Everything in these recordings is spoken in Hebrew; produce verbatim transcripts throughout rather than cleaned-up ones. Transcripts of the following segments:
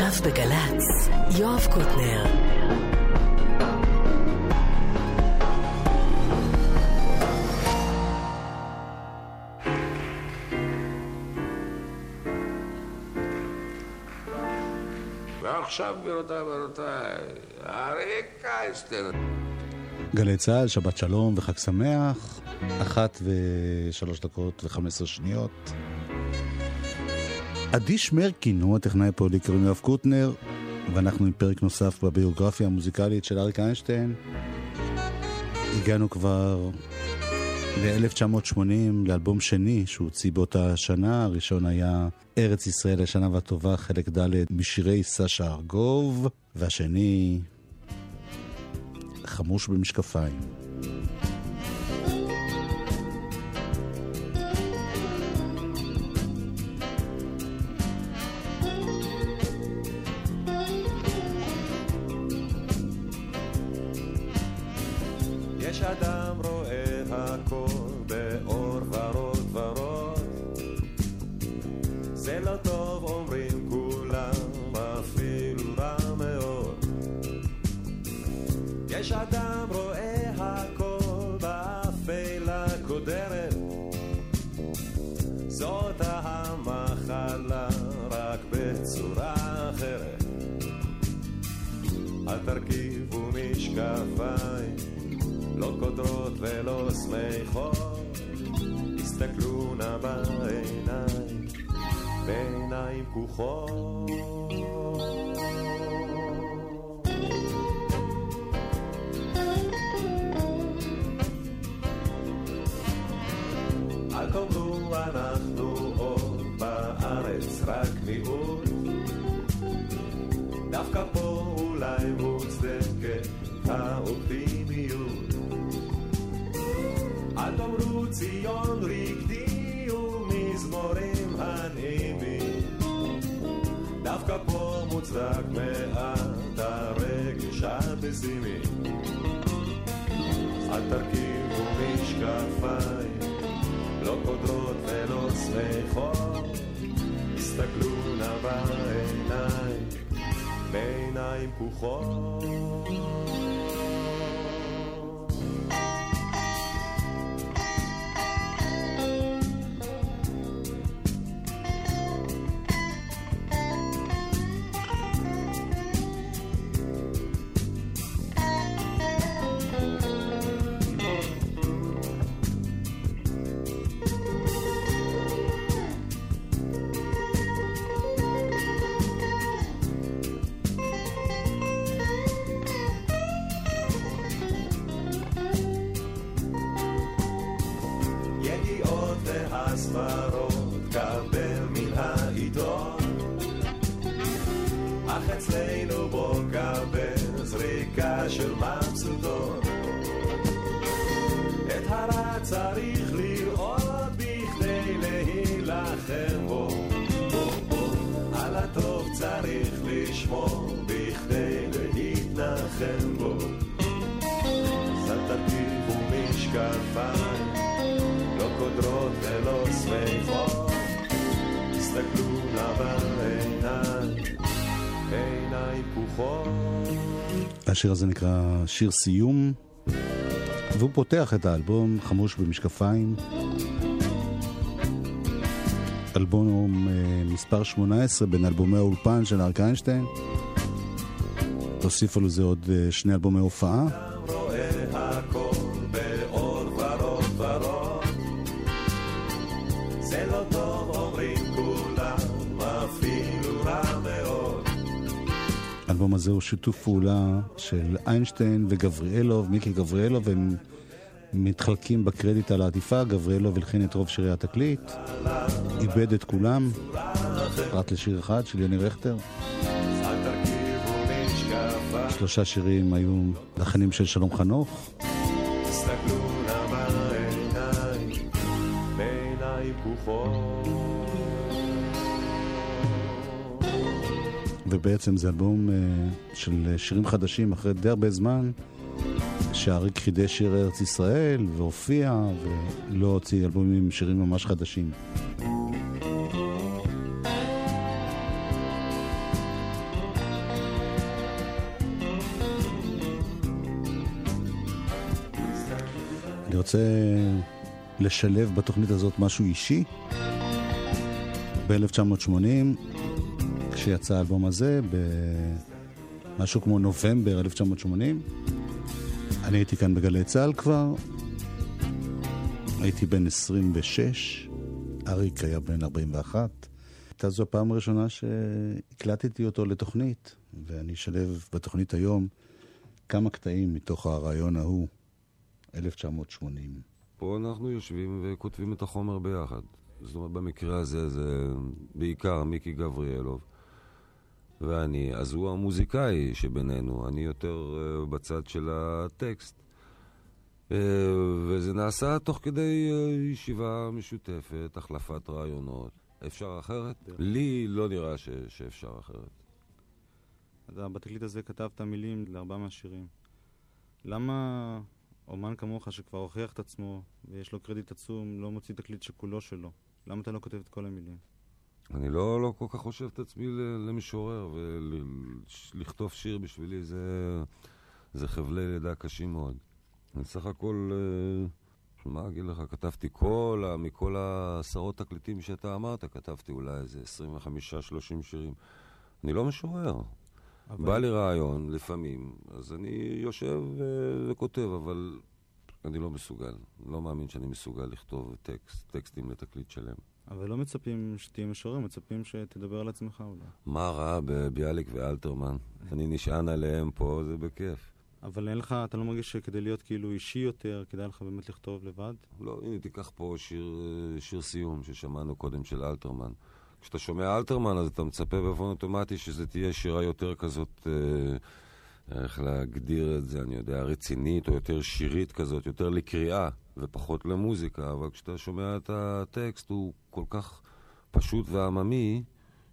עכשיו בגלץ, יואב קוטנר. ועכשיו גבירותיי ורבותיי, אריק קייסטר. גלי צהל, שבת שלום וחג שמח. אחת ושלוש דקות וחמש עשרה שניות. עדי שמרקין הוא הטכנאי הפועלי, קוראים יואב קוטנר, ואנחנו עם פרק נוסף בביוגרפיה המוזיקלית של אריק איינשטיין. הגענו כבר ב-אלף תשע מאות שמונים לאלבום שני שהוא הוציא באותה שנה. הראשון היה ארץ ישראל השנה והטובה, חלק ד' משירי סשה ארגוב, והשני חמוש במשקפיים. יש אדם רואה הכל באור ורוד ורוד, זה לא טוב אומרים כולם, אפילו רע מאוד. יש אדם רואה הכל באפלה קודרת, זאת המחלה רק בצורה אחרת. אל תרכיבו משקפיים, לא קודרות ולא שמחות, הסתכלו נא בעיניים, בעיניים פקוחות. אל תאמרו אנחנו עוד בארץ רק מיעוט, דווקא פה אולי מוצדקת האופטימיות. אל תאמרו ציון רקדי ומזמורים הנעימים, דווקא פה מוצדק מעט הרגש הפסימי. אל תרכיבו משקפיים, לא קודרות ולא שמחות, הסתכלו נא בעיניים, בעיניים פקוחות. הספרות קבל מן העיתון, אך אצלנו בו קבל זריקה של מבסוטות. את הרע צריך לראות בכדי להילחם בו, בו, בו. על הטוב צריך לשמור בכדי להתנחם בו. אז תרכיבו משקפיים, לא קודרות ולא שמחות, הסתכלו נא בעיניים, בעיניים פקוחות. השיר הזה נקרא שיר סיום, והוא פותח את האלבום חמוש במשקפיים, אלבום מספר שמונה עשרה בין אלבומי האולפן של אריק איינשטיין. תוסיפו לזה עוד שני אלבומי הופעה. האלבום הזה הוא שיתוף פעולה של איינשטיין וגבריאלוב, מיקי גבריאלוב, הם מתחלקים בקרדיט על העטיפה. גבריאלוב הלחין את רוב שירי התקליט, איבד את כולם, פרט לשיר אחד של יוני רכטר. שלושה שירים היו לחנים של שלום חנוך. ובעצם זה אלבום של שירים חדשים אחרי די הרבה זמן, שאריק חידש שיר ארץ ישראל והופיע ולא הוציא אלבומים עם שירים ממש חדשים. אני רוצה לשלב בתוכנית הזאת משהו אישי. ב-אלף תשע מאות שמונים, כשיצא האלבום הזה, במשהו כמו נובמבר אלף תשע מאות שמונים, אני הייתי כאן בגלי צהל כבר, הייתי בן עשרים ושש, אריק היה בן ארבעים ואחת. הייתה זו הפעם הראשונה שהקלטתי אותו לתוכנית, ואני אשלב בתוכנית היום כמה קטעים מתוך הרעיון ההוא, אלף תשע מאות שמונים. פה אנחנו יושבים וכותבים את החומר ביחד. זאת אומרת, במקרה הזה זה בעיקר מיקי גבריאלוב ואני. אז הוא המוזיקאי שבינינו, אני יותר uh, בצד של הטקסט. Uh, וזה נעשה תוך כדי uh, ישיבה משותפת, החלפת רעיונות. אפשר אחרת? לי לא נראה ש- שאפשר אחרת. אתה בתקליט הזה כתבת מילים לארבעה מהשירים. למה אומן כמוך שכבר הוכיח את עצמו ויש לו קרדיט עצום לא מוציא תקליט שכולו שלו? למה אתה לא כותב את כל המילים? אני לא, לא כל כך חושב את עצמי למשורר, ולכתוב שיר בשבילי זה, זה חבלי לידה קשים מאוד. אני סך הכל, מה אגיד לך, כתבתי כל, מכל העשרות תקליטים שאתה אמרת, כתבתי אולי איזה עשרים וחמישה שלושים שירים. אני לא משורר. אבל... בא לי רעיון לפעמים, אז אני יושב וכותב, אבל אני לא מסוגל. לא מאמין שאני מסוגל לכתוב טקסט, טקסטים לתקליט שלם. אבל לא מצפים שתהיה משורר, מצפים שתדבר על עצמך אולי. מה רע בביאליק ואלתרמן? אני נשען עליהם פה, זה בכיף. אבל אין לך, אתה לא מרגיש שכדי להיות כאילו אישי יותר, כדאי לך באמת לכתוב לבד? לא, הנה תיקח פה שיר, שיר סיום ששמענו קודם של אלתרמן. כשאתה שומע אלתרמן אז אתה מצפה באופן אוטומטי שזה תהיה שירה יותר כזאת, אה, איך להגדיר את זה, אני יודע, רצינית או יותר שירית כזאת, יותר לקריאה ופחות למוזיקה, אבל כשאתה שומע את הטקסט הוא כל כך פשוט ועממי,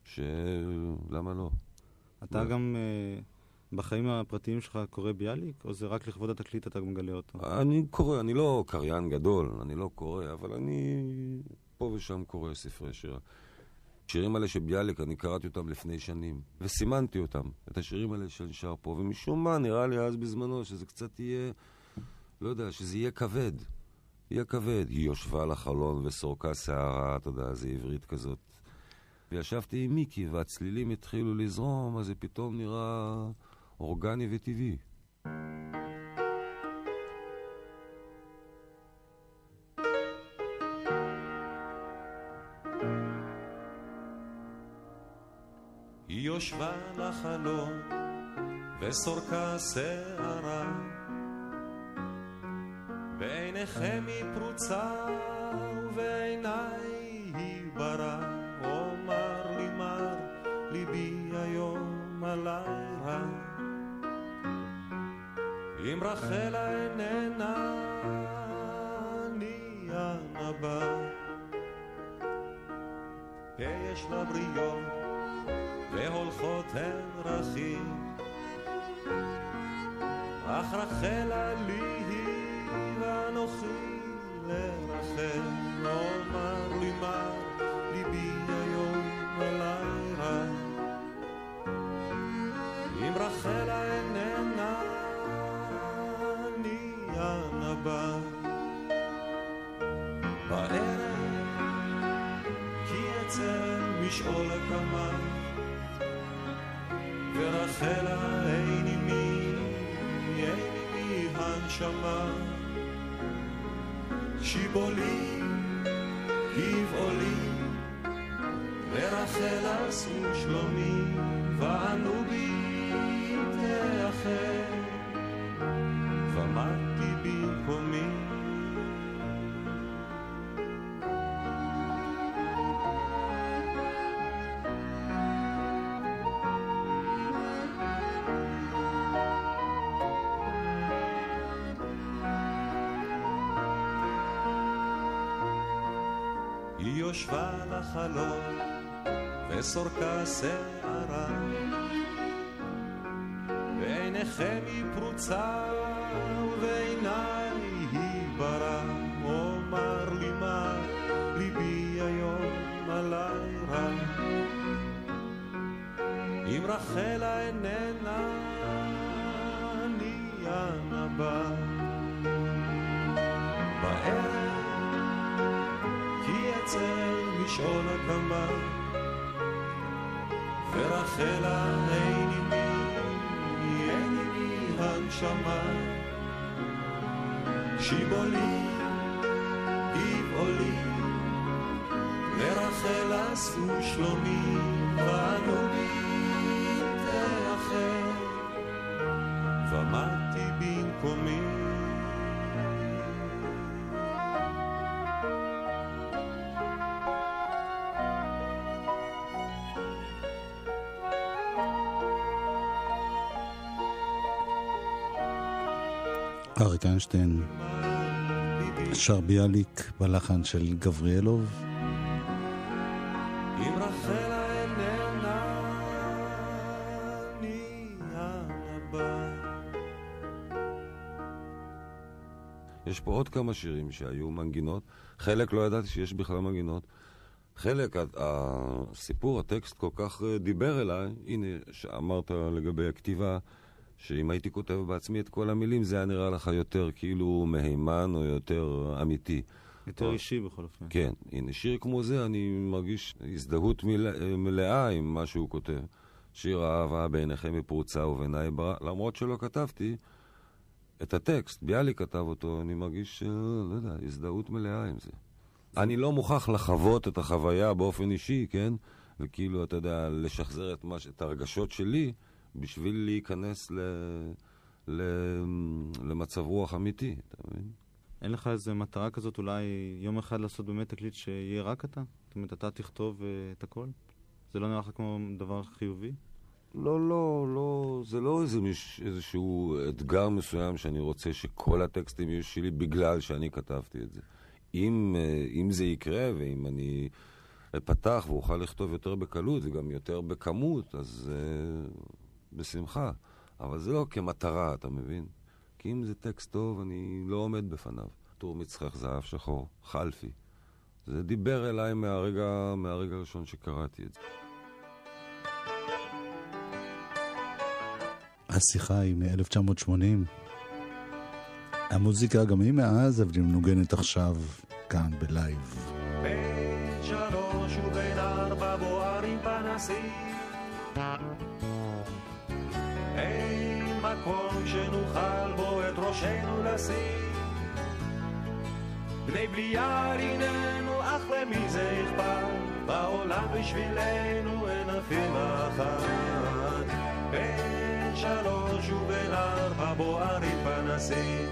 שלמה לא? אתה גם אה, בחיים הפרטיים שלך קורא ביאליק, או זה רק לכבוד התקליט אתה מגלה אותו? אני קורא, אני לא קריין גדול, אני לא קורא, אבל אני פה ושם קורא ספרי שירה. השירים האלה של ביאליק, אני קראתי אותם לפני שנים, וסימנתי אותם, את השירים האלה שנשאר פה, ומשום מה נראה לי אז בזמנו שזה קצת יהיה, לא יודע, שזה יהיה כבד. יהיה כבד. היא יושבה על החלון וסורקה שערה, אתה יודע, זה עברית כזאת. וישבתי עם מיקי, והצלילים התחילו לזרום, אז זה פתאום נראה אורגני וטבעי. היא יושבה לחלון וסורקה שערה, בעיניכם היא פרוצה ובעיניי היא ברא. אומר לי מר ליבי היום עלי רע, אם רחלה איננה אני הנבא. יש לה בריות והולכות הן רכים, אך רחלה לי היא ואנוכי לרחל. אומר לי מה ליבי היום עלי רע, אם רחלה איננה אני הנבא. בערב כי יצא משעול הקמה, ורחלה אין עימי, אין עימי הנשמה. שיבולי, גבעולי, ורחלה עשו שלומי, וענו בי תאחר, ומתי במקומי. היא יושבה לחלון וסורקה שערה, בעיניכם היא פרוצה ובעיניי היא ברא. אומר לי מה ליבי היום עלי רע, אם רחלה איננה אני הנבא. בערב כי יצא משעול הקמה ורחלה אין עימי אין עימי הנשמה שיבולי גבעולי ורחלה עשו שלומי ואנומי תאחר ומתי במקומי אריק איינשטיין, שר ביאליק בלחן של גבריאלוב. אם רחלה איננה נהיה הבא. יש פה עוד כמה שירים שהיו מנגינות, חלק לא ידעתי שיש בכלל מנגינות, חלק, הסיפור, הטקסט כל כך דיבר אליי, הנה שאמרת לגבי הכתיבה, שאם הייתי כותב בעצמי את כל המילים, זה היה נראה לך יותר כאילו מהימן או יותר אמיתי. יותר אישי בכל אופן. כן, הנה, שיר כמו זה, אני מרגיש הזדהות מלא, מלאה עם מה שהוא כותב. שיר האהבה בעיניכם מפרוצה ובעיניי ברא, למרות שלא כתבתי את הטקסט, ביאליק כתב אותו, אני מרגיש, לא יודע, הזדהות מלאה עם זה. אני לא מוכרח לחוות את החוויה באופן אישי, כן? וכאילו, אתה יודע, לשחזר את, מש... את הרגשות שלי, בשביל להיכנס ל... ל... למצב רוח אמיתי, אתה מבין? אין לך איזו מטרה כזאת אולי יום אחד לעשות באמת תקליט שיהיה רק אתה? זאת אומרת, אתה תכתוב uh, את הכל? זה לא נראה לך כמו דבר חיובי? לא, לא, לא, זה לא איזה מש... איזשהו אתגר מסוים שאני רוצה שכל הטקסטים יהיו שלי בגלל שאני כתבתי את זה. אם, אם זה יקרה ואם אני אפתח ואוכל לכתוב יותר בקלות וגם יותר בכמות, אז uh, בשמחה. אבל זה לא כמטרה, אתה מבין? כי אם זה טקסט טוב, אני לא עומד בפניו. טור מצחך זהב שחור, חלפי. זה דיבר אליי מהרגע, מהרגע הראשון שקראתי את זה. השיחה היא מ-אלף תשע מאות שמונים. המוזיקה גם היא מאז, אבל היא מנוגנת עכשיו כאן בלייב. בין שלוש ובין ארבע בוערים פנסים אין מקום שנוכל בו את ראשנו לשים בני בליעל איננו אך למי זה אכפת בעולם בשבילנו אין אפילו אחת בין שלוש ובין ארבע בוערים פנסים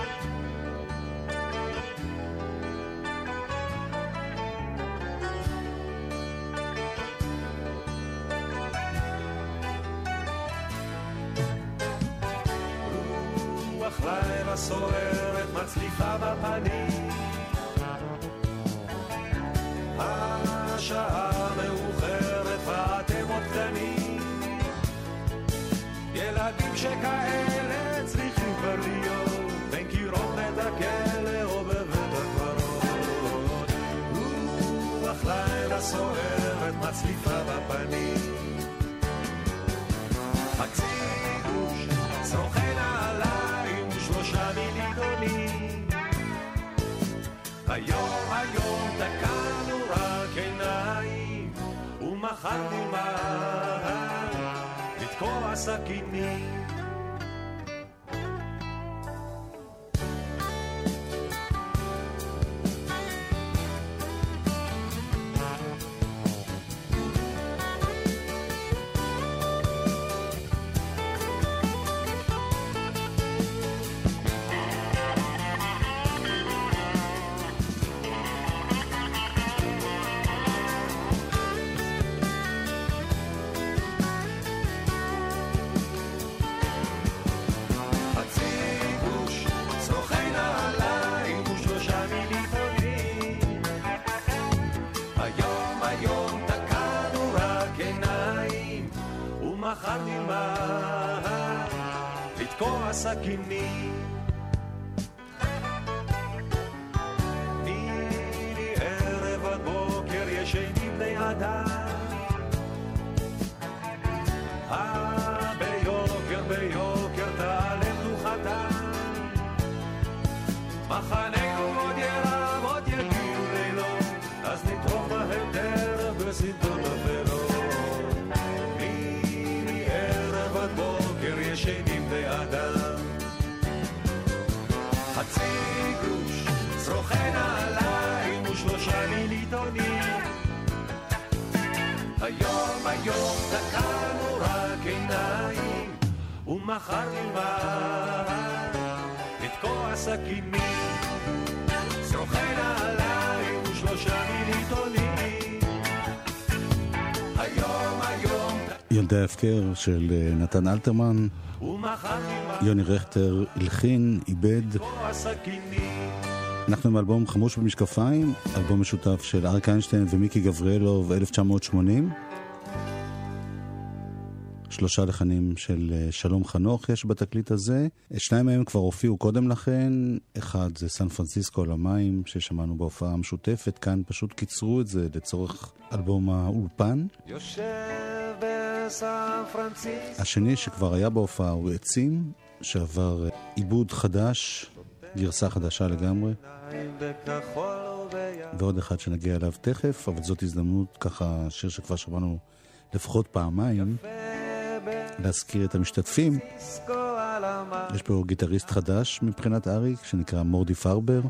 לילה סוערת מצליפה בפנים השעה מאוחרת ואתם עוד קטנים ילדים שכאלה צריכים כבר להיות בין קירות בית הכלא או בבית הקברות רוח לילה סוערת מצליפה בפנים הצידוש צרוכי נעליים שלושה מיליגונים היום היום תקענו רק עיניים ומחר נלמד לתקוע סכינים מחר נלמד לתקוע סכינים מיני ערב עד בוקר ישנים בני אדם ביוקר ביוקר תעלה מנוחתם מחננו ישנים לידם. חצי גרוש, צרוכי נעליים ושלושה מיליטונים. היום היום תקענו רק עיניים, ומחר נלמד לתקוע סכינים. צרוכי נעליים ושלושה מיליטונים. היום היום ילדי ההפקר של נתן אלתרמן, יוני רכטר הלחין, איבד. אנחנו עם אלבום חמוש במשקפיים, אלבום משותף של אריק איינשטיין ומיקי גבריאלוב אלף תשע מאות שמונים. שלושה לחנים של שלום חנוך יש בתקליט הזה. שניים מהם כבר הופיעו קודם לכן. אחד זה סן פרנסיסקו על המים ששמענו בהופעה המשותפת. כאן פשוט קיצרו את זה לצורך אלבום האולפן. השני שכבר היה בהופעה הוא עצים, שעבר עיבוד חדש, גרסה חדשה לגמרי. ועוד אחד שנגיע אליו תכף, אבל זאת הזדמנות, ככה שיר שכבר שמענו לפחות פעמיים, להזכיר את המשתתפים. יש פה גיטריסט חדש מבחינת אריק שנקרא מורדי פרבר,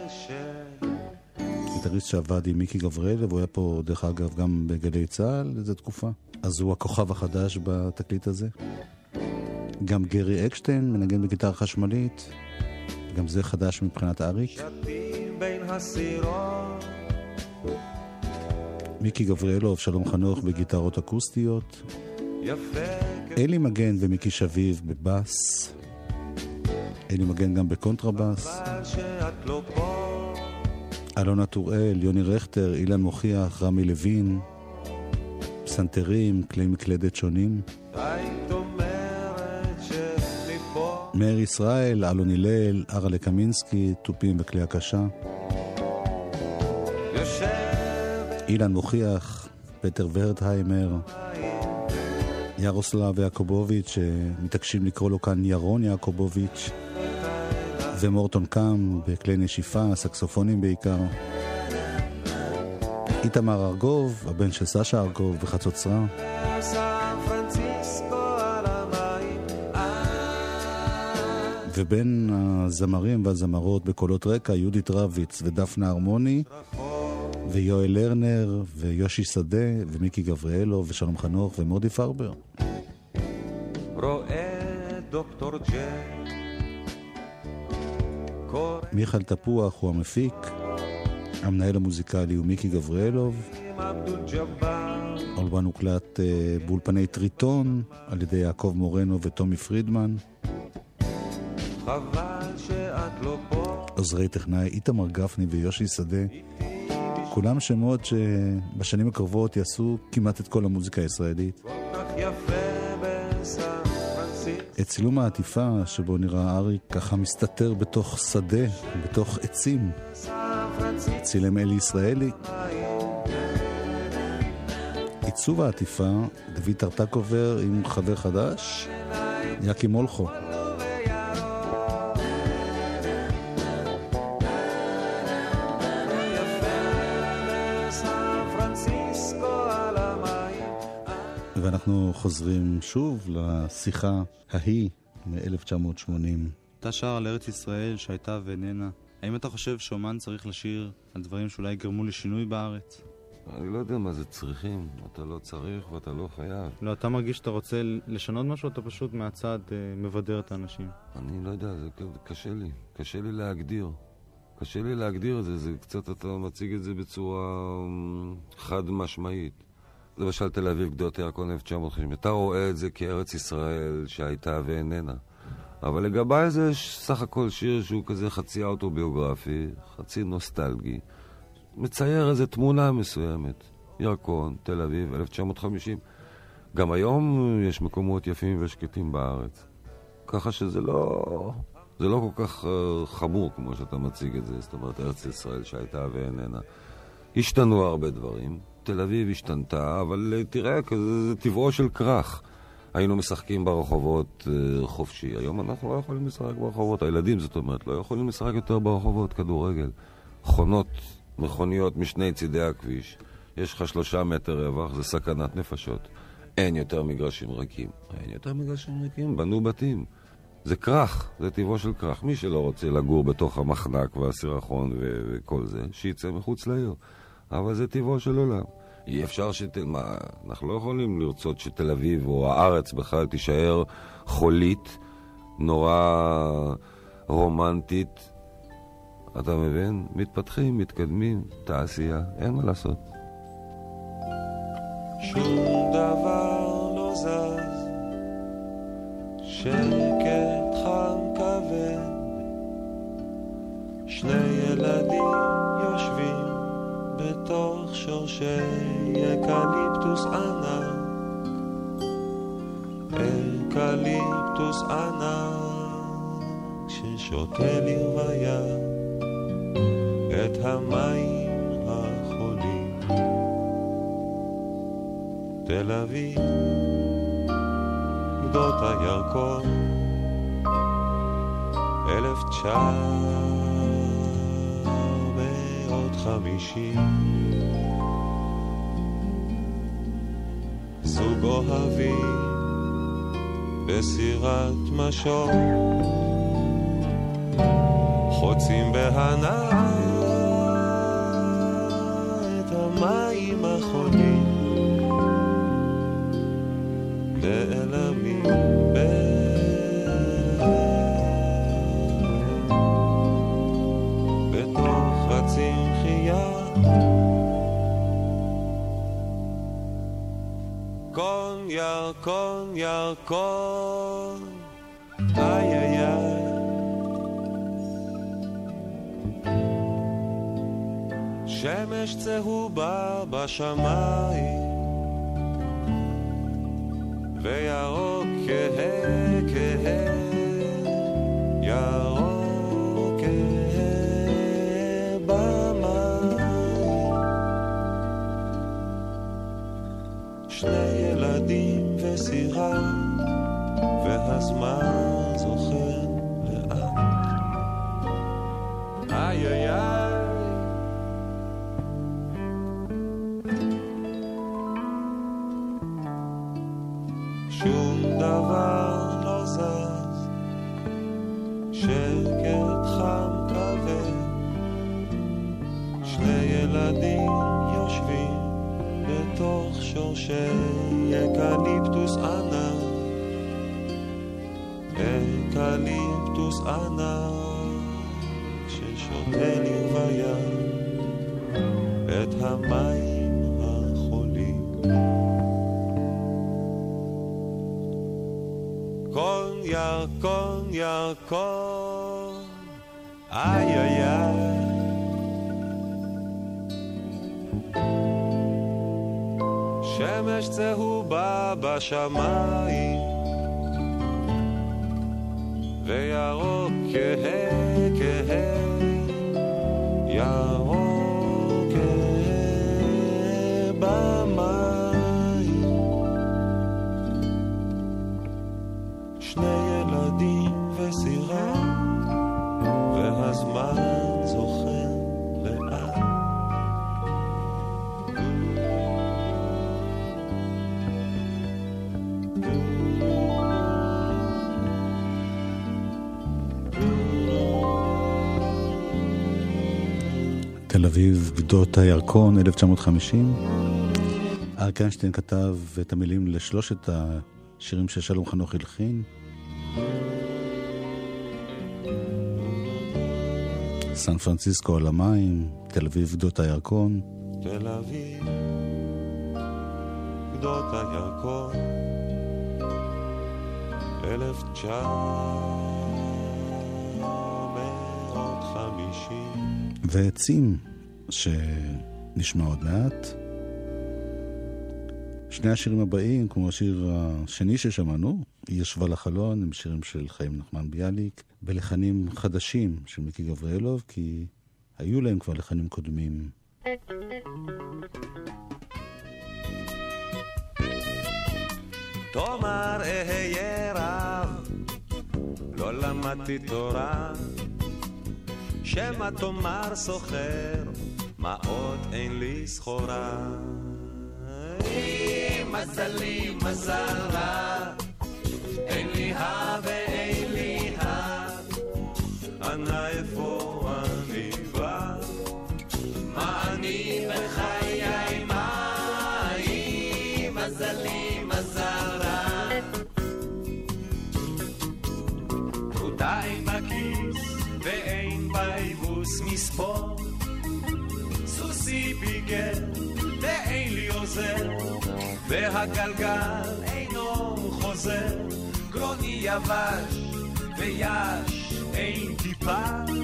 גיטריסט שעבד עם מיקי גבריאלוב, והוא היה פה דרך אגב גם בגלי צהל איזו תקופה, אז הוא הכוכב החדש בתקליט הזה. גם גרי אקשטיין מנגן בגיטרה חשמלית, גם זה חדש מבחינת אריק. מיקי גבריאלוב, שלום חנוך בגיטרות אקוסטיות, אלי מגן ומיקי שביב בבאס, אלי מגן גם בקונטרבאס, אלונה טוראל, יוני רכטר, אילן מוכיח, רמי לוין, פסנתרים, כלי מקלדת שונים, מאיר ישראל, אלון הלל, ארלה קמינסקי, טופים בכלי הקשה, אילן מוכיח, פטר ורטהיימר, ירוסלב יעקובוביץ' שמתעקשים לקרוא לו כאן ירון יעקובוביץ', ומורטון קאם בכלי נשיפה, סקסופונים בעיקר, איתמר ארגוב, הבן של סשה ארגוב בחצוצרה, ובין הזמרים והזמרות בקולות רקע יהודית רביץ ודפנה הרמוני ויואל לרנר ויושי שדה ומיקי גבריאלוב ושלום חנוך ומורדי פרבר. רואה דוקטור ג'ק, מיכאל תפוח הוא המפיק, המנהל המוזיקלי הוא מיקי גבריאלוב. האלבום הוקלט באולפני טריטון על ידי יעקב מורנו וטומי פרידמן. עוזרי טכנאי איתמר גפני ויושי שדה, כולם שמות שבשנים הקרובות יעשו כמעט את כל המוזיקה הישראלית. את צילום העטיפה שבו נראה אריק ככה מסתתר בתוך שדה, בתוך עצים, צילם אלי ישראלי. עיצוב העטיפה דוד טרטקובר עם חבר חדש יקי מולכו. ואנחנו חוזרים שוב לשיחה ההיא מ-אלף תשע מאות שמונים. אתה שר על ארץ ישראל שהייתה ואיננה. האם אתה חושב שאומן צריך לשיר על דברים שאולי גרמו לשינוי בארץ? אני לא יודע מה זה צריכים. אתה לא צריך ואתה לא חייב. לא, אתה מרגיש שאתה רוצה לשנות משהו, אתה פשוט מהצד אה, מבדר את האנשים. אני לא יודע, זה קשה לי. קשה לי להגדיר. קשה לי להגדיר את זה. זה קצת, אתה מציג את זה בצורה חד משמעית. למשל תל אביב גדות ירקון אלף תשע מאות חמישים. אתה רואה את זה כארץ ישראל שהייתה ואיננה. אבל לגבי זה יש סך הכל שיר שהוא כזה חצי אוטוביוגרפי, חצי נוסטלגי. מצייר איזו תמונה מסוימת. ירקון, תל אביב, אלף תשע מאות חמישים. גם היום יש מקומות יפים ושקטים בארץ. ככה שזה לא... זה לא כל כך uh, חמור כמו שאתה מציג את זה. זאת אומרת, ארץ ישראל שהייתה ואיננה. השתנו הרבה דברים. תל אביב השתנתה, אבל תראה, זה טבעו של כרך. היינו משחקים ברחובות uh, חופשי. היום אנחנו לא יכולים לשחק ברחובות. הילדים, זאת אומרת, לא יכולים לשחק יותר ברחובות, כדורגל. חונות, מכוניות משני צידי הכביש. יש לך שלושה מטר רווח, זה סכנת נפשות. אין יותר מגרשים ריקים. אין יותר מגרשים ריקים, בנו בתים. זה כרך, זה טבעו של כרך. מי שלא רוצה לגור בתוך המחנק והסירחון ו- וכל זה, שיצא מחוץ לעיר. אבל זה טבעו של עולם. אי אפשר שתל... מה, אנחנו לא יכולים לרצות שתל אביב או הארץ בכלל תישאר חולית, נורא רומנטית. אתה מבין? מתפתחים, מתקדמים, תעשייה, אין מה לעשות. שום דבר לא זז, שקט חם כבד, שני ילדים יושבים בתוך שורשי אקליפטוס ענק, אקליפטוס ענק ששותה לרוויה את המים החולים. תל אביב, גדות הירקון, אלף תשע מאות חמישים. זוג אוהבים בסירת משור, חוצים בהנאה את המים החולים, נעלמים ב... בתוך הצמחייה. קון ירקון ירקון, איי איי איי, שמש צהובה בשמיים וירוק כהה כהה, ירוק כהה במים. שני ילדים וסירה והזמן זוכר לאט. איי איי איי, שום דבר לא זז, שקט חם כבד, שני ילדים יושבים בתוך שורשי אקליפטוס ענק, אקליפטוס ענק ששותה לרוויה את המים החולים. קון ירקון ירקון, איי איי איי, שמש צהובה בשמיים וירוק כהה כהה, ירוק כהה במים. שני ילדים וסירה והזמן זוכר לאט. תל אביב, גדות הירקון, אלף תשע מאות חמישים. אריק איינשטיין כתב את המילים לשלושת השירים ששלום חנוך הלחין. סן פרנסיסקו על המים, תל אביב, גדות הירקון. תל אביב, גדות הירקון, אלף תשע מאות חמישים. ועצים שנשמע עוד מעט. שני השירים הבאים, כמו השיר השני ששמענו, היא ישבה לחלון, הם שירים של חיים נחמן ביאליק, בלחנים חדשים של מיקי גבריאלוב, כי היו להם כבר לחנים קודמים. תאמר אהיה רב, לא למדתי תורה, שמה תאמר סוחר, מה עוד אין לי סחורה. אם מזלי מזל רע, אין לי ה ואין לי ה, אנא איפה אני בא, מה אני בחיי מהי, מזלי מזל רע. תודה אין בכיס ואין באיבוס מספור, סוסי פיגר ואין לי עוזר, והגלגל אינו חוזר, גרוני יבש ויש אין טיפה,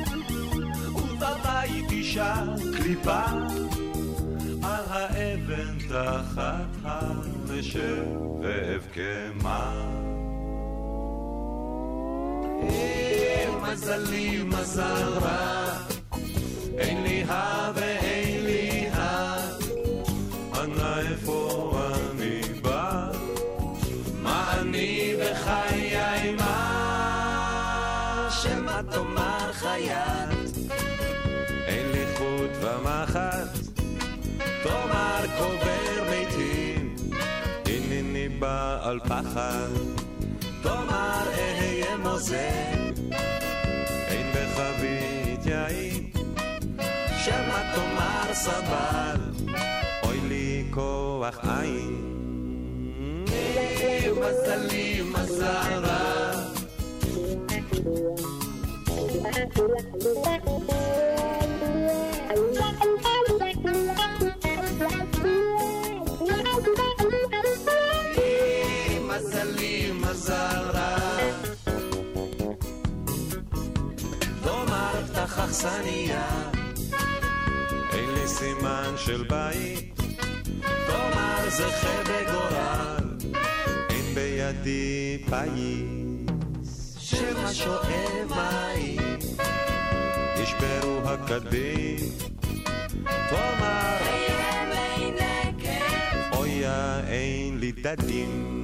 ובבית אישה קליפה, על האבן תחת הרשב ואבכה מה. מזלי מזל רע, אין לי ה ואין לי ה, אנא איפה אני בא, מה אני בחיי מה, שמה תאמר חיית, אין לי חוט ומחט, תאמר קובר מתים, הנני בעל פחד, תאמר אהיה מוזג, אין בחבית יעיד, שמה תאמר סבל, אוי לי כוח עין, מזלי מזל רע. מזלי מזל רע, תאמר פתח אכסניה, אין לי סימן של בית, תאמר זכה בגורל, אין בידי פייס, שמה שואב מים, ישברו הקדים, תאמר אין לי נקב, אויה אין לי דדים,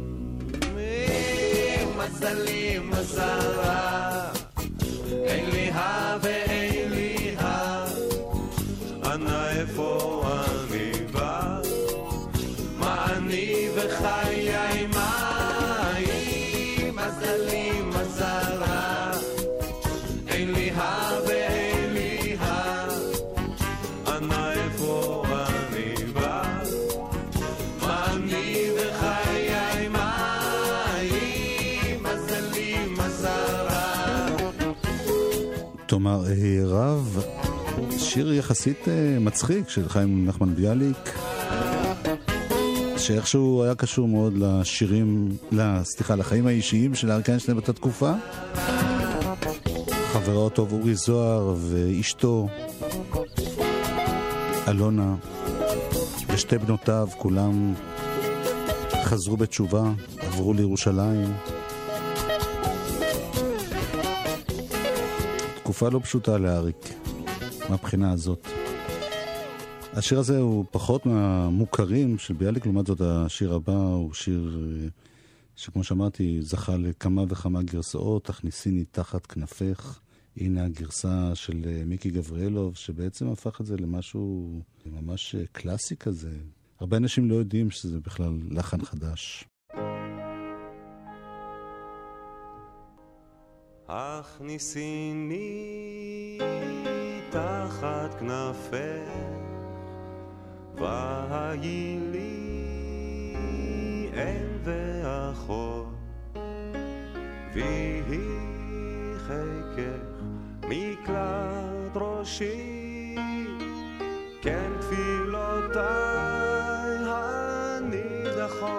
מזלי מזל רע, אין לי ה ואין לי ה, אנא איפה אני בא, מה אני בחיי מהי, מזלי מזל רע, אין לי ה ואין לי ה, אנא איפה אני בא, מה אני בחיי מהי, מזלי מזל רע. תאמר רב, שיר יחסית מצחיק של חיים נחמן ביאליק, שאיכשהו היה קשור מאוד לשירים, סליחה, לחיים האישיים של אריק איינשטיין באותה תקופה. חברו טוב אורי זוהר ואשתו אלונה ושתי בנותיו, כולם חזרו בתשובה, עברו לירושלים. תקופה לא פשוטה לאריק מהבחינה הזאת. השיר הזה הוא פחות מהמוכרים של ביאליק, לעומת זאת השיר הבא הוא שיר שכמו שאמרתי זכה לכמה וכמה גרסאות. תכניסיני תחת כנפך, הנה הגרסה של מיקי גבריאלוב, שבעצם הפך את זה למשהו ממש קלאסי כזה. הרבה אנשים לא יודעים שזה בכלל לחן חדש. הכניסיני תחת כנפך, והי לי אם ואחות, ויהי חיקך מקלט ראשי, כן תפילותיי הנידחות.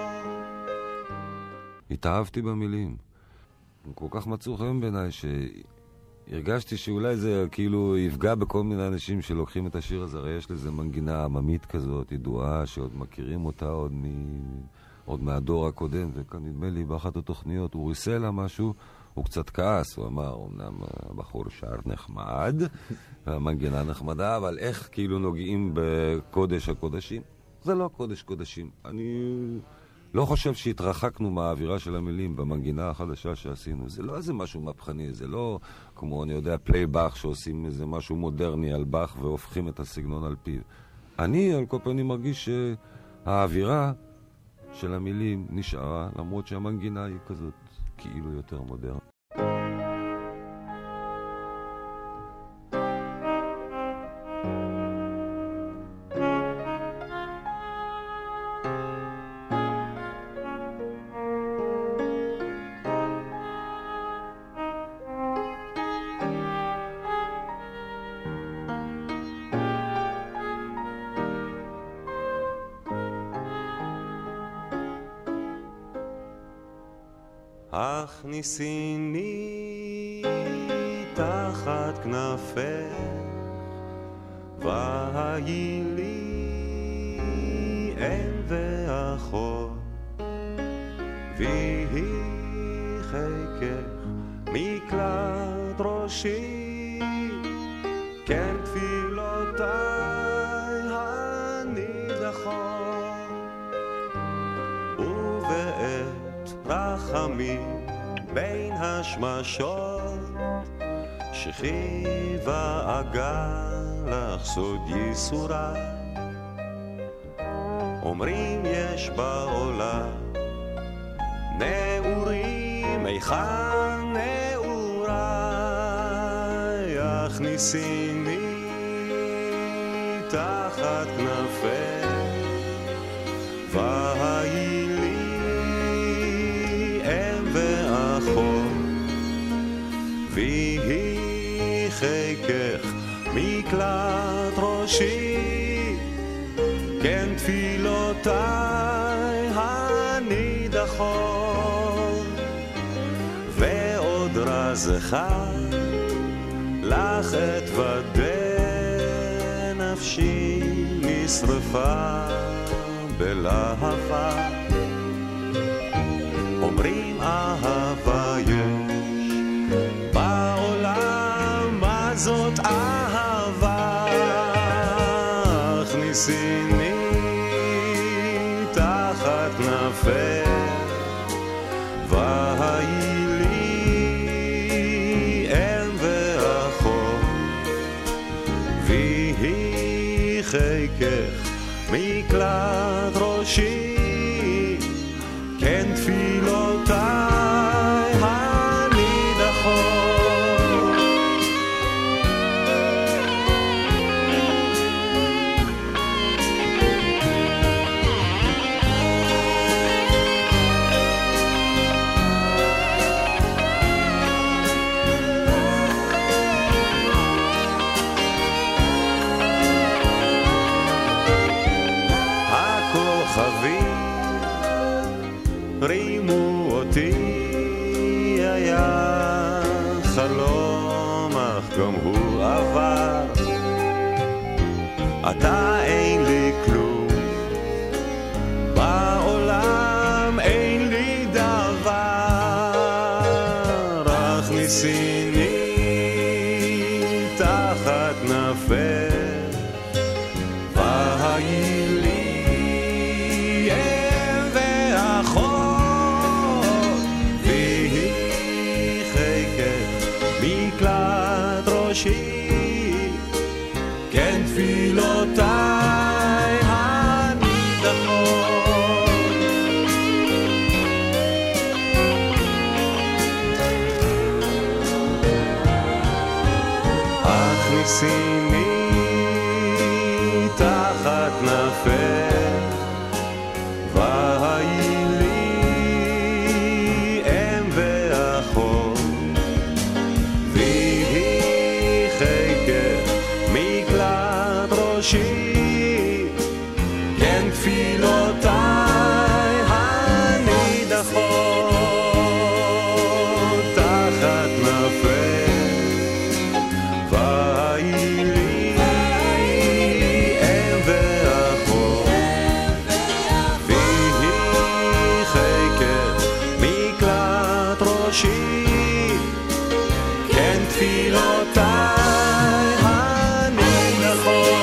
התאהבתי במילים. הוא כל כך מצאו חיים בעיניי שהרגשתי שאולי זה כאילו יפגע בכל מיני אנשים שלוקחים את השיר הזה. הרי יש לזה מנגינה עממית כזאת, ידועה, שעוד מכירים אותה עוד, מ... עוד מהדור הקודם, וכאן נדמה לי באחת התוכניות הוא ריסל לה משהו, הוא קצת כעס, הוא אמר, אומנם הבחור שר נחמד, המנגינה נחמדה, אבל איך כאילו נוגעים בקודש הקודשים? זה לא קודש קודשים. אני לא חושב שהתרחקנו מהאווירה של המילים במנגינה החדשה שעשינו. זה לא איזה משהו מהפכני, זה לא כמו, אני יודע, פליי באך שעושים איזה משהו מודרני על באך והופכים את הסגנון על פיו. אני על כל פנים מרגיש שהאווירה של המילים נשארה, למרות שהמנגינה היא כזאת כאילו יותר מודרנית. הכניסיני תחת כנפך והיי לי אם ואחות ויהי חיקך מקלט ראשי כן תפילותיי הנידחות ובעת רחמים בין השמשות שכיבה אגל לך סוד ייסוריי אומרים יש בעולם נעורים היכן נעוריי הכניסיני תחת כנפך והיי לי אם ואחות ויהי חיקך מקלט ראשי כן תפילותיי הנידחות ועוד רזך לך אתוודה נפשי נשרפה בלהבה אומרים אהבה יש בעולם מה זאת אהבה הכניסיני תחת כנפך והיי לי אם ואחות ויהי חיקך מקלט ראשי כן תפילותיי הנידחות רימו אותי היה חלום אך גם הוא עבר אתה אין לי כלום בעולם אין לי דבר הכניסיני תחת כנפך והיי לי מקלט ראשי כן תפילותיי הנידחות הכניסיני תחת כנפך והיי לי אם ואחות ראשי כן תפילותיי הנידחות תחת כנפך והיי לי אם ואחות ויהי חיקך מקלט ראשי כן תפילותיי הנידחות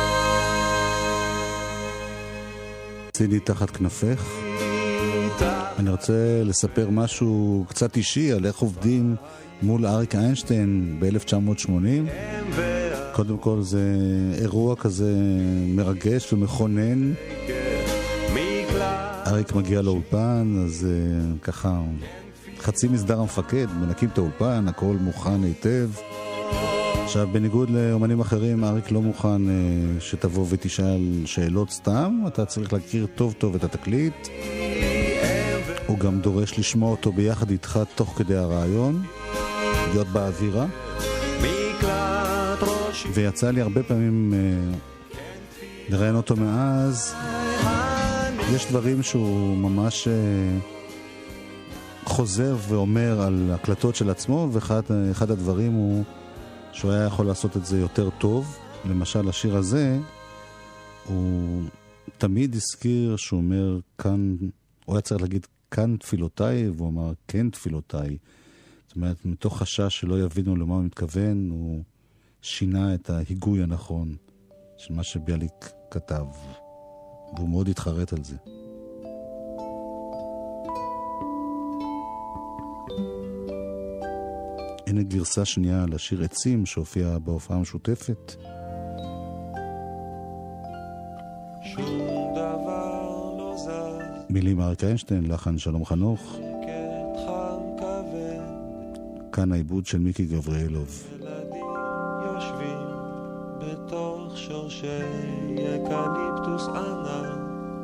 צילי תחת כנפך אני רוצה לספר משהו קצת אישי על איך עובדים מול אריק איינשטיין ב-אלף תשע מאות שמונים. קודם כל זה אירוע כזה מרגש ומכונן. אריק מגיע לאולפן, אז uh, ככה חצי מסדר המפקד, מנקים את האולפן, הכל מוכן היטב. עכשיו, בניגוד לאומנים אחרים, אריק לא מוכן uh, שתבוא ותשאל שאלות סתם, אתה צריך להכיר טוב טוב את התקליט. הוא גם דורש לשמוע אותו ביחד איתך תוך כדי הרעיון, להיות באווירה. ויצא לי הרבה פעמים uh, לראיין אותו מאז. יש דברים שהוא ממש uh, חוזר ואומר על הקלטות של עצמו, ואחד אחד הדברים הוא שהוא היה יכול לעשות את זה יותר טוב. למשל, השיר הזה, הוא תמיד הזכיר שהוא אומר כאן, הוא היה צריך להגיד כאן תפילותיי, והוא אמר כן תפילותיי. זאת אומרת, מתוך חשש שלא יבינו למה הוא מתכוון, הוא שינה את ההיגוי הנכון של מה שביאליק כתב, והוא מאוד התחרט על זה. הנה גרסה שנייה לשיר עצים שהופיע בהופעה המשותפת. שום דבר לא זז, מילים אריק איינשטיין, לחן שלום חנוך, שקט חם כבד, כאן העיבוד של מיקי גבריאלוב. ילדים יושבים בתוך שורשי אקליפטוס ענק,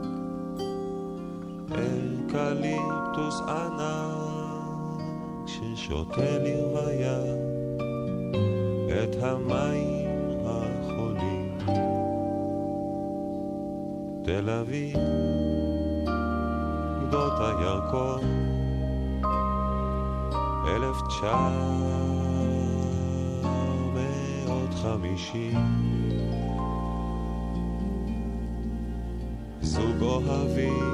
אקליפטוס ענק ששותה לרוויה את המים החולים. תל אביב, גדות הירקון, אלף תשע מאות חמישים. זוג אוהבים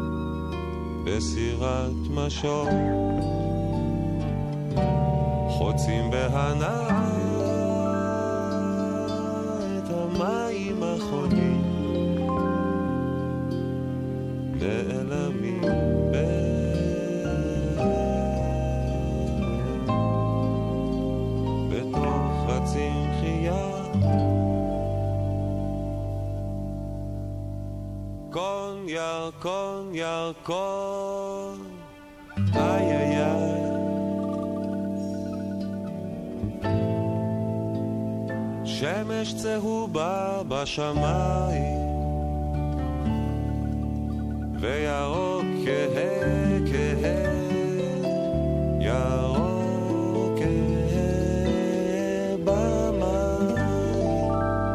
בסירת משור, חוצים בהנאה את המים החולים, נעלמים ב... בתוך רצים חייה. קון ירקון ירקון, איי איי איי, שמש צהובה בשמיים, וירוק כהה כהה, ירוק כהה במים.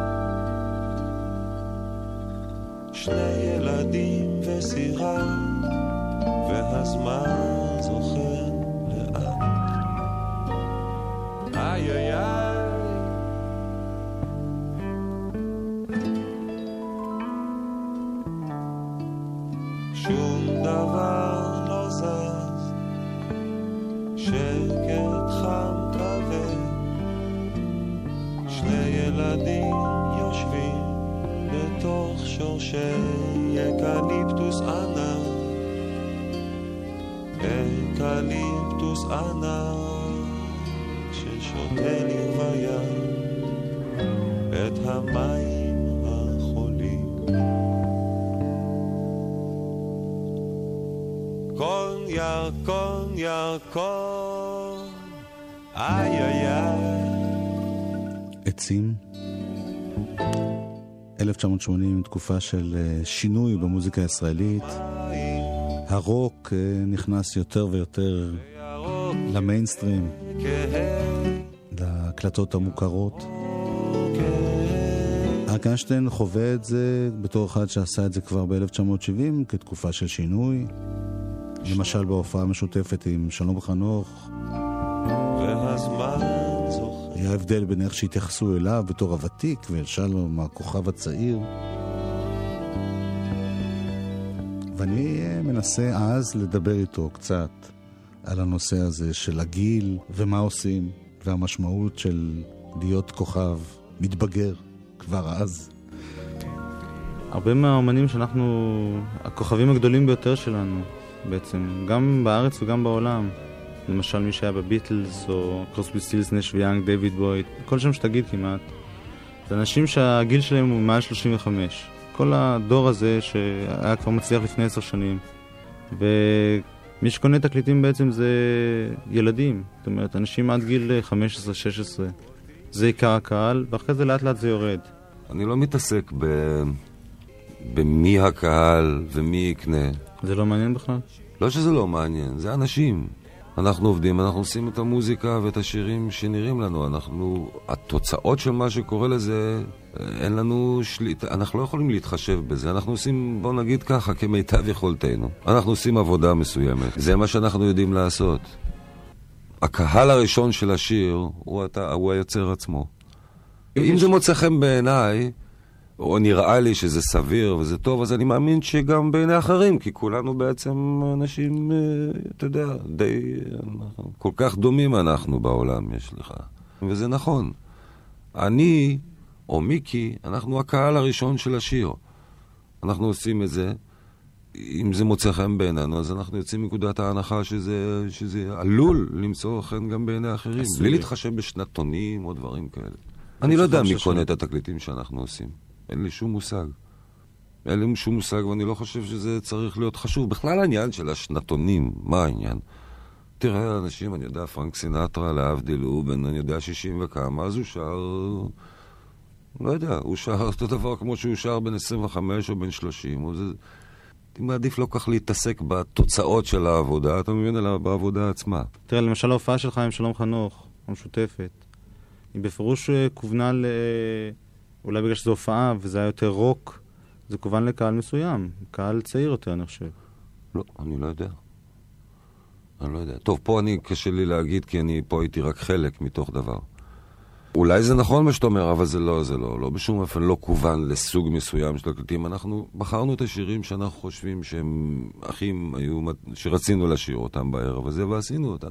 שני ילדים וסירה, והזמן זוכר לאט. איי איי איי, שום דבר לא זז, שקט חם כבד, שני ילדים יושבים בתוך שורשי אקליפטוס ענק, אקליפטוס ענק ששותה לרוויה את המים החולים. קון ירקון ירקון, איי איי איי. עצים. אלף תשע מאות שמונים, תקופה של שינוי במוזיקה הישראלית. הרוק נכנס יותר ויותר למיינסטרים, להקלטות המוכרות. אריק איינשטיין חווה את זה בתור אחד שעשה את זה כבר ב-אלף תשע מאות שבעים כתקופה של שינוי, למשל בהופעה משותפת עם שלום חנוך. היה הבדל בין איך שהתייחסו אליו בתור הוותיק ואל שלום הכוכב הצעיר. ואני מנסה אז לדבר איתו קצת על הנושא הזה של הגיל ומה עושים והמשמעות של להיות כוכב מתבגר כבר אז. הרבה מהאומנים שאנחנו, הכוכבים הגדולים ביותר שלנו, בעצם, גם בארץ וגם בעולם. למשל מי שהיה בביטלס, או קרוסבי סטילס נש ויאנג, דיוויד בויד, כל שם שתגיד כמעט. זה אנשים שהגיל שלהם הוא מעל שלושים וחמש. כל הדור הזה שהיה כבר מצליח לפני עשר שנים. ומי שקונה תקליטים בעצם זה ילדים. זאת אומרת, אנשים עד גיל חמש עשרה שש עשרה. זה עיקר הקהל, ואחרי זה לאט לאט זה יורד. אני לא מתעסק ב... במי הקהל ומי יקנה. זה לא מעניין בכלל? לא שזה לא מעניין, זה אנשים. אנחנו עובדים, אנחנו עושים את המוזיקה ואת השירים שנראים לנו. אנחנו, התוצאות של מה שקורה לזה, אין לנו שליטה, אנחנו לא יכולים להתחשב בזה. אנחנו עושים, בוא נגיד ככה, כמיטב יכולתנו. אנחנו עושים עבודה מסוימת. זה מה שאנחנו יודעים לעשות. הקהל הראשון של השיר הוא, אתה, הוא היוצר עצמו. אם זה מוצא חן בעיניי, או נראה לי שזה סביר וזה טוב, אז אני מאמין שגם בעיני אחרים, כי כולנו בעצם אנשים, אתה יודע, די, כל כך דומים אנחנו בעולם, יש לך. וזה נכון. אני, או מיקי, אנחנו הקהל הראשון של השיר. אנחנו עושים את זה, אם זה מוצא חן בעינינו, אז אנחנו יוצאים מנקודת ההנחה שזה, שזה עלול למצוא חן גם בעיני אחרים, בלי להתחשב בשנתונים או דברים כאלה. אני לא יודע מי קונה את התקליטים שאנחנו עושים. אין לי שום מושג. אין לי שום מושג, ואני לא חושב שזה צריך להיות חשוב. בכלל העניין של השנתונים, מה העניין? תראה, אנשים, אני יודע, פרנק סינטרה, להבדיל, הוא בן, אני יודע, שישים וכמה, אז הוא שר, לא יודע, הוא שר אותו דבר כמו שהוא שר בין עשרים וחמש או בין שלושים. זה, אני מעדיף לא כך להתעסק בתוצאות של העבודה, אתה מבין, אלא בעבודה עצמה. תראה, למשל ההופעה שלך עם שלום חנוך, המשותפת, היא בפירוש כוונה ל... אולי בגלל שזו הופעה וזה היה יותר רוק, זה כוון לקהל מסוים, קהל צעיר יותר, אני חושב. לא, אני לא יודע. אני לא יודע. טוב, פה אני קשה לי להגיד, כי אני פה הייתי רק חלק מתוך דבר. אולי זה נכון מה שאתה אומר, אבל זה לא, זה לא, לא בשום אופן לא כוון לסוג מסוים של הקלטים. אנחנו בחרנו את השירים שאנחנו חושבים שהם אחים היו, שרצינו לשיר אותם בערב הזה, ועשינו אותם.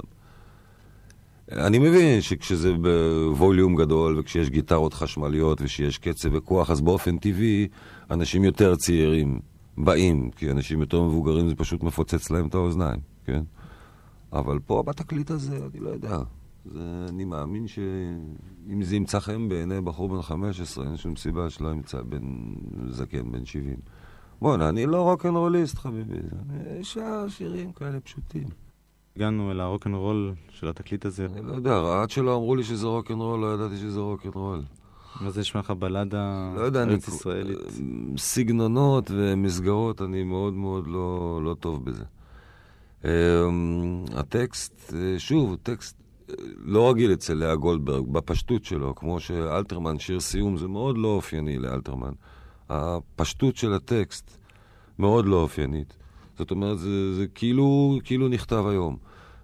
אני מבין שכשזה בווליום גדול וכשיש גיטרות חשמליות ושיש קצב וכוח, אז באופן טבעי אנשים יותר צעירים באים, כי אנשים יותר מבוגרים זה פשוט מפוצץ להם את האוזניים, כן? אבל פה בתקליט הזה, אני לא יודע. זה, אני מאמין שאם זה ימצא חן בעיני בחור בן חמש עשרה, אין שום סיבה שלא ימצא בן זקן, בן שבעים. בוא'נה, אני לא רוק'נ'רוליסט, חביבי. יש שירים כאלה פשוטים. הגענו אל הרוק'נ'רול של התקליט הזה. אני לא יודע, עד שלא אמרו לי שזה רוק'נ'רול, לא ידעתי שזה רוק'נ'רול. מה זה נשמע לך בלדה ארץ ישראלית? סגנונות ומסגרות, אני מאוד מאוד לא, לא טוב בזה. הטקסט, שוב, טקסט לא רגיל אצל לאה גולדברג, בפשטות שלו, כמו שאלתרמן, שיר סיום, זה מאוד לא אופייני לאלתרמן. הפשטות של הטקסט מאוד לא אופיינית. זאת אומרת, זה, זה כאילו, כאילו נכתב היום.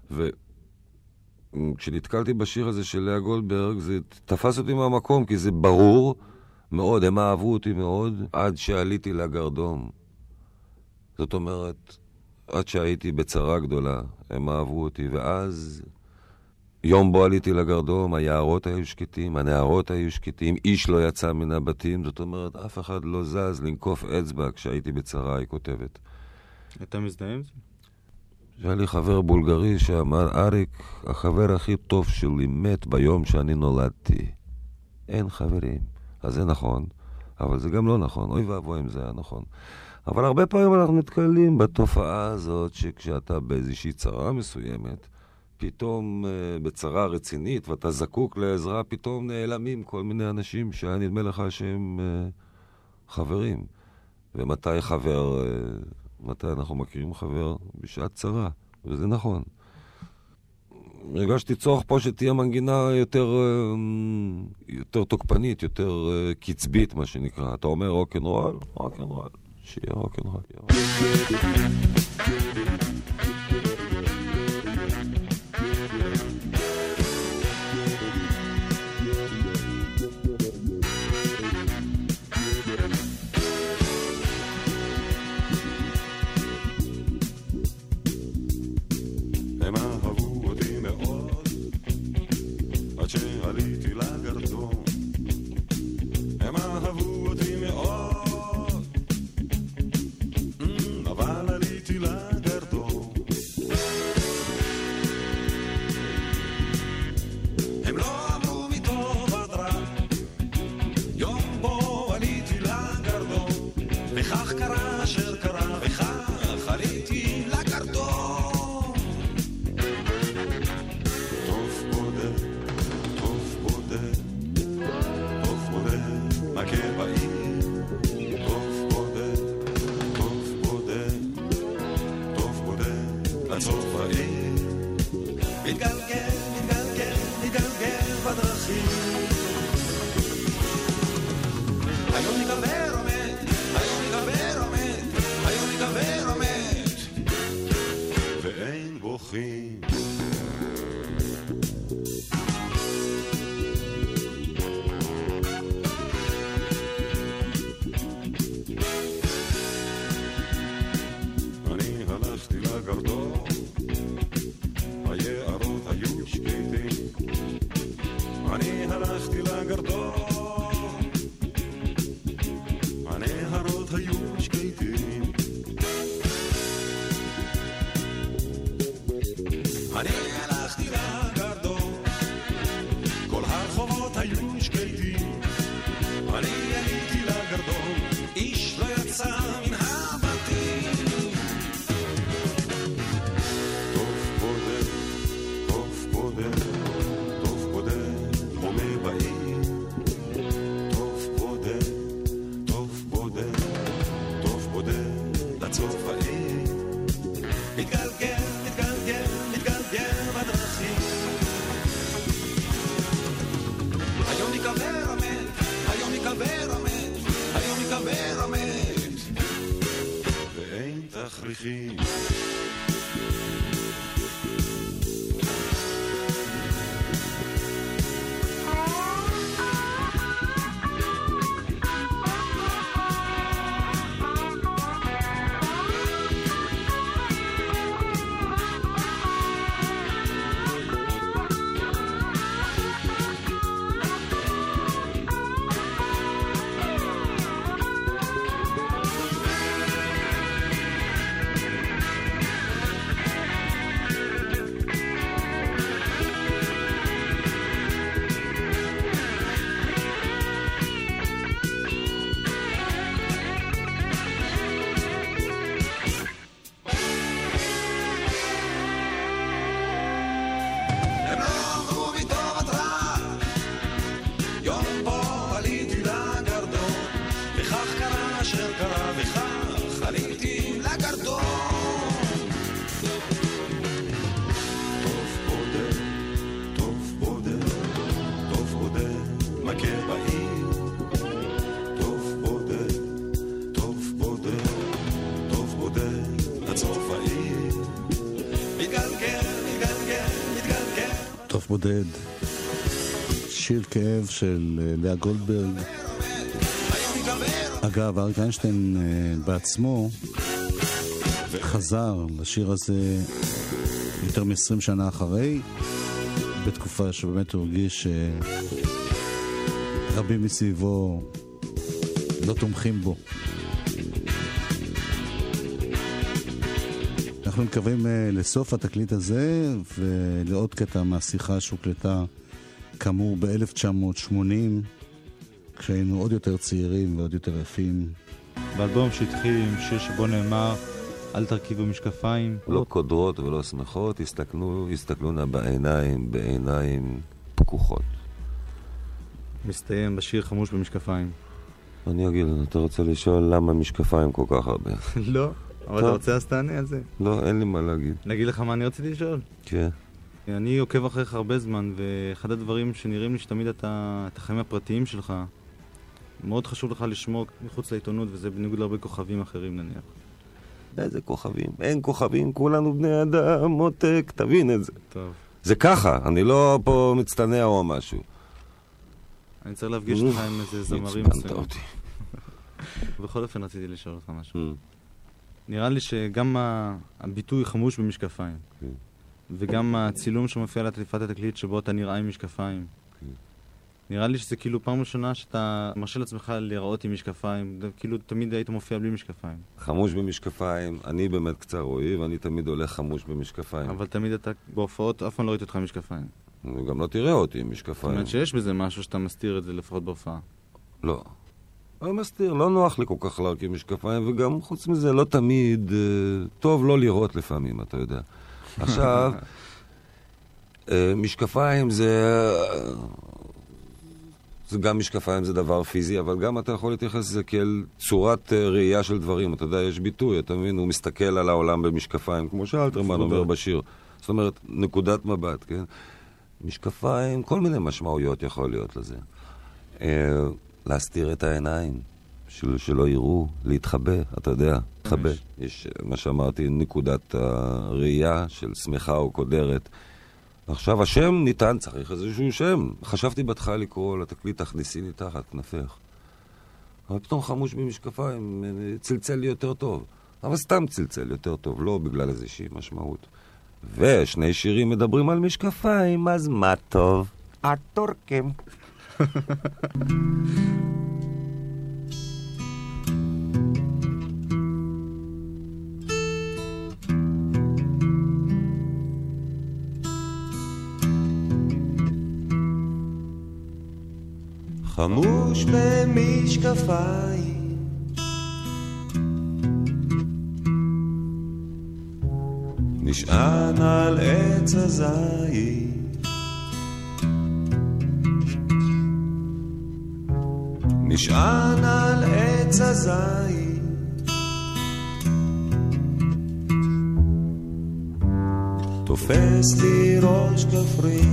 וכשנתקלתי בשיר הזה של לאה גולדברג, זה תפס אותי מהמקום, כי זה ברור מאוד, הם אהבו אותי מאוד, עד שעליתי לגרדום. זאת אומרת, עד שהייתי בצרה גדולה, הם אהבו אותי, ואז יום בו עליתי לגרדום, היערות היו שקטים, הנערות היו שקטים, איש לא יצא מן הבתים, זאת אומרת, אף אחד לא זז לנקוף אצבע כשהייתי בצרה, היא כותבת. אתה מזדהה עם זה? היה לי חבר בולגרי שאמר, אריק, החבר הכי טוב שלי מת ביום שאני נולדתי. אין חברים. אז זה נכון, אבל זה גם לא נכון. אוי ואבוי אם זה היה נכון. אבל הרבה פעמים אנחנו מתקלים בתופעה הזאת, שכשאתה באיזושהי צרה מסוימת, פתאום בצרה רצינית, ואתה זקוק לעזרה, פתאום נעלמים כל מיני אנשים שהיה נדמה לך שהם חברים. ומתי חבר... מתי אנחנו מכירים חבר? בשעת צרה, וזה נכון. הרגשתי צורך פה שתהיה מנגינה יותר, יותר תוקפנית, יותר קצבית, מה שנקרא. אתה אומר רוק'נ'רול? רוק'נ'רול. שיהיה רוק'נ'רול. אבל עליתי לגרדום הלכתי לגרדום, הנהרות היו שקטים, אני הלכתי לגרדום, כל הרחובות היו שקטים, אני עליתי לגרדום, איש לא יצא מן הבתים. טוב בודד, טוב בודד, טוב בודד, חומי בעיר. טוב בודד, טוב בודד, טוב בודד, לצוף העיר. מתגלגל, מתגלגל, מתגלגל בדרכים. היום יקבר המת, היום יקבר המת, היום יקבר המת, ואין תכריכים. בודד, שיר כאב של לאה גולדברג. אגב, אריק איינשטיין בעצמו חזר לשיר הזה יותר מ-עשרים שנה אחרי, בתקופה שבאמת הוא הרגיש שרבים מסביבו לא תומכים בו. אנחנו מקווים לסוף התקליט הזה ולעוד קטע מהשיחה שהוקלטה כאמור ב-אלף תשע מאות שמונים, כשהיינו עוד יותר צעירים ועוד יותר יפים. באלבום שהתחיל עם שיר שבו נאמר אל תרכיבו משקפיים, לא קודרות ולא שמחות, הסתכלו, הסתכלו נא בעיניים, בעיניים פקוחות. מסתיים בשיר חמוש במשקפיים. אני אגיד, אתה רוצה לשאול למה משקפיים כל כך הרבה? לא, אבל אתה רוצה אז תענה על זה. לא, אין לי מה להגיד. נגיד לך מה אני רציתי לשאול? כן. אני עוקב אחריך הרבה זמן, ואחד הדברים שנראים לי שתמיד אתה, את החיים הפרטיים שלך, מאוד חשוב לך לשמור מחוץ לעיתונות, וזה בניגוד להרבה כוכבים אחרים נניח. איזה כוכבים? אין כוכבים, כולנו בני אדם, מותק, תבין את זה. טוב. זה ככה, אני לא פה מצטנע או משהו. אני צריך להפגיש לך עם איזה זמרים מסוים. בכל אופן רציתי לשאול אותך משהו. נראה לי שגם הביטוי חמוש במשקפיים, וגם הצילום שמופיע לתליפת התקליט שבו אתה נראה עם משקפיים, נראה לי שזה כאילו פעם ראשונה שאתה מרשה לעצמך להיראות עם משקפיים, כאילו תמיד היית מופיע בלי משקפיים. חמוש במשקפיים, אני באמת קצר רואי, ואני תמיד הולך חמוש במשקפיים. אבל תמיד אתה בהופעות, אף פעם לא ראית אותך עם משקפיים. גם לא תראה אותי עם משקפיים. זאת אומרת שיש בזה משהו שאתה מסתיר את זה לפחות בהופעה. לא. לא מסתיר, לא נוח לי כל כך להרכיב משקפיים, וגם חוץ מזה לא תמיד, טוב לא לראות לפעמים, אתה יודע. עכשיו, משקפיים זה... זה גם משקפיים זה דבר פיזי, אבל גם אתה יכול להתייחס לזה כאל צורת ראייה של דברים. אתה יודע, יש ביטוי, אתה מבין, הוא מסתכל על העולם במשקפיים, כמו שאלתרמן אומר בשיר. זאת אומרת, נקודת מבט, כן? משקפיים, כל מיני משמעויות יכול להיות לזה. להסתיר את העיניים, של, שלא יראו, להתחבא, אתה יודע, להתחבא. יש, מה שאמרתי, נקודת הראייה של שמחה או קודרת. עכשיו השם ניתן, צריך איזשהו שם. חשבתי בהתחלה לקרוא לתקליט תכניסיני תחת כנפך. אבל פתאום חמוש במשקפיים, צלצל לי יותר טוב. אבל סתם צלצל יותר טוב, לא בגלל איזושהי משמעות. ושני שירים מדברים על משקפיים, אז מה טוב? התורקים. חמוש במשקפיים נשען על עץ הזית נשען על עץ הזית תופס לי ראש כפרי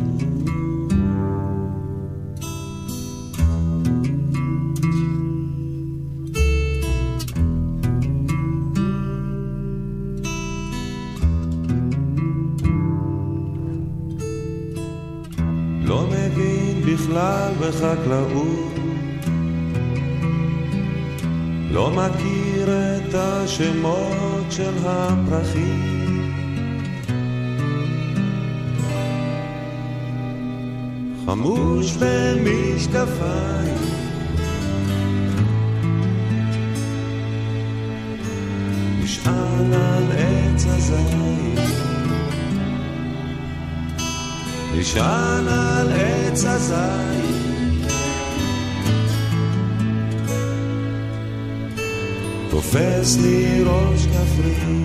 בכלל בחקלאות לא מכיר את השמות של הפרחים חמוש במשקפיים נשען על עץ הזית נשען על עץ הזית תופס לי ראש כפרי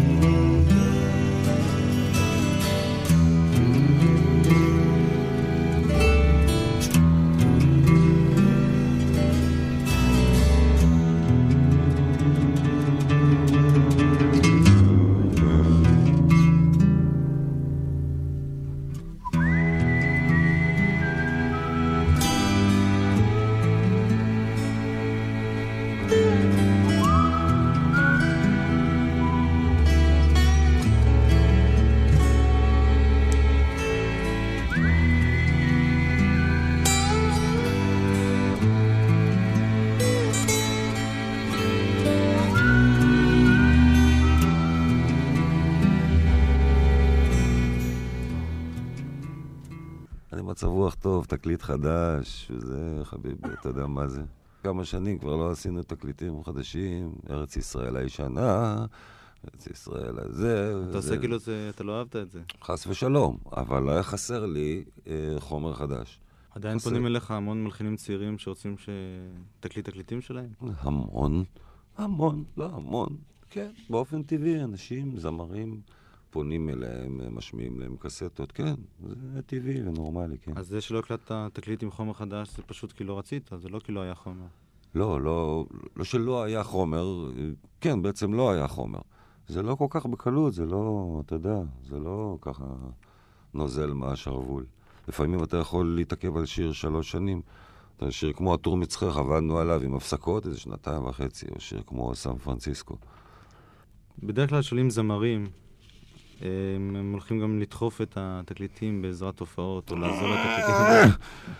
מצב רוח טוב, תקליט חדש, וזה, חביבי, אתה יודע מה זה. כמה שנים כבר לא עשינו תקליטים חדשים, ארץ ישראל הישנה, ארץ ישראל הזה. אתה עושה כאילו אתה לא אהבת את זה. חס ושלום, אבל היה חסר לי אה, חומר חדש. עדיין פונים אליך המון מלחינים צעירים שרוצים שתקליט תקליטים שלהם? המון, המון, לא המון, כן, באופן טבעי, אנשים, זמרים, פונים אליהם, משמיעים להם קסטות, כן, זה טבעי ונורמלי, כן. אז זה שלא הקלטת תקליט עם חומר חדש, זה פשוט כי לא רצית, זה לא כי לא היה חומר. לא, לא, לא שלא היה חומר, כן, בעצם לא היה חומר. זה לא כל כך בקלות, זה לא, אתה יודע, זה לא ככה נוזל מהשרוול. לפעמים אתה יכול להתעכב על שיר שלוש שנים, אתה שיר כמו הטור מצחך, עבדנו עליו עם הפסקות, איזה שנתיים וחצי, או שיר כמו סן פרנסיסקו. בדרך כלל שואלים זמרים, הם, הם הולכים גם לדחוף את התקליטים בעזרת הופעות, או לעזור לתקליטים.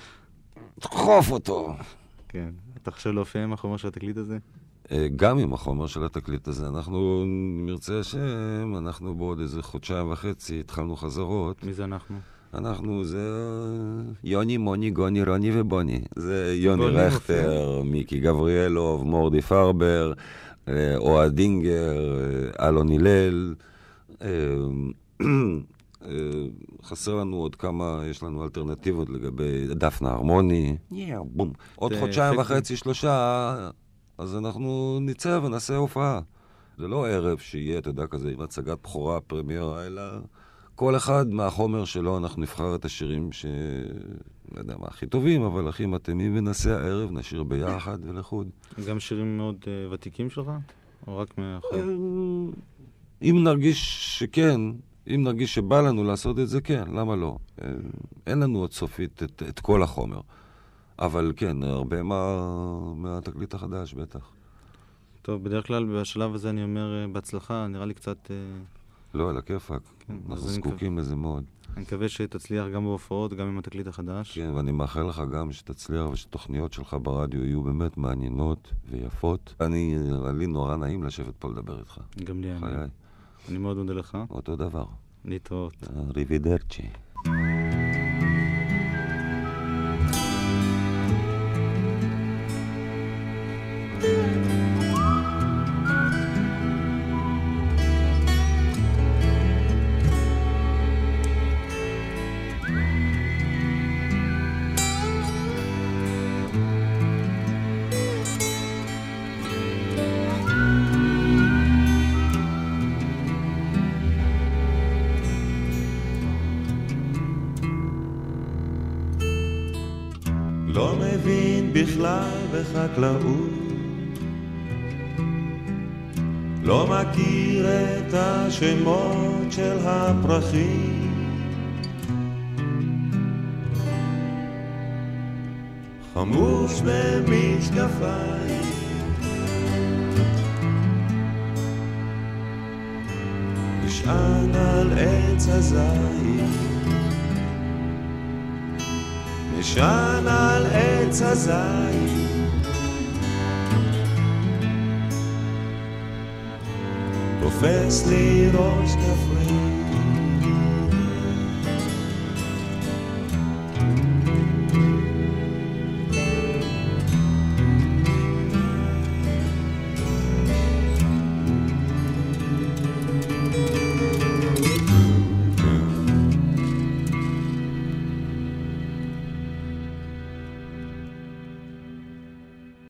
דחוף אותו. כן. אתה חושב להופיע עם החומר של התקליט הזה? גם עם החומר של התקליט הזה. אנחנו, נרצה השם, אנחנו בעוד איזה חודשיים וחצי, התחלנו חזרות. מי זה אנחנו? אנחנו, זה יוני, מוני, גוני, רוני ובוני. זה יוני רכטר, מיקי גבריאלוב, מורדי פרבר, אוהד דינגר, אלון הלל. חסר לנו עוד כמה, יש לנו אלטרנטיבות לגבי דפנה הרמוני. בום. עוד חודשיים וחצי, שלושה, אז אנחנו ניצא ונעשה הופעה. זה לא ערב שיהיה, אתה יודע, כזה עם הצגת בחורה, פרמיירה, אלא כל אחד מהחומר שלו אנחנו נבחר את השירים ש... לא יודע מה, הכי טובים, אבל הכי מתאימים, ונעשה הערב, נשיר ביחד ולחוד. גם שירים מאוד uh, ותיקים שלך? או רק מאחר? אם נרגיש שכן, אם נרגיש שבא לנו לעשות את זה, כן, למה לא? אין לנו עוד סופית את, את כל החומר. אבל כן, הרבה מה, מהתקליט החדש, בטח. טוב, בדרך כלל בשלב הזה אני אומר בהצלחה, נראה לי קצת... לא, על הכיפק. כן, אנחנו זקוקים מקו... לזה מאוד. אני מקווה שתצליח גם בהופעות, גם עם התקליט החדש. כן, ואני מאחל לך גם שתצליח ושתוכניות שלך ברדיו יהיו באמת מעניינות ויפות. אני, לי נורא נעים לשבת פה לדבר איתך. גם לי, אני. אני מאוד מודה לך. אותו דבר. להתראות. ריבידרצ'י. לא מבין בכלל בחקלאות, לא מכיר את השמות של הפרחים, חמוש במשקפיים, נשען על עץ הזית, נשען על עץ הזית, תופס לי ראש כפרי,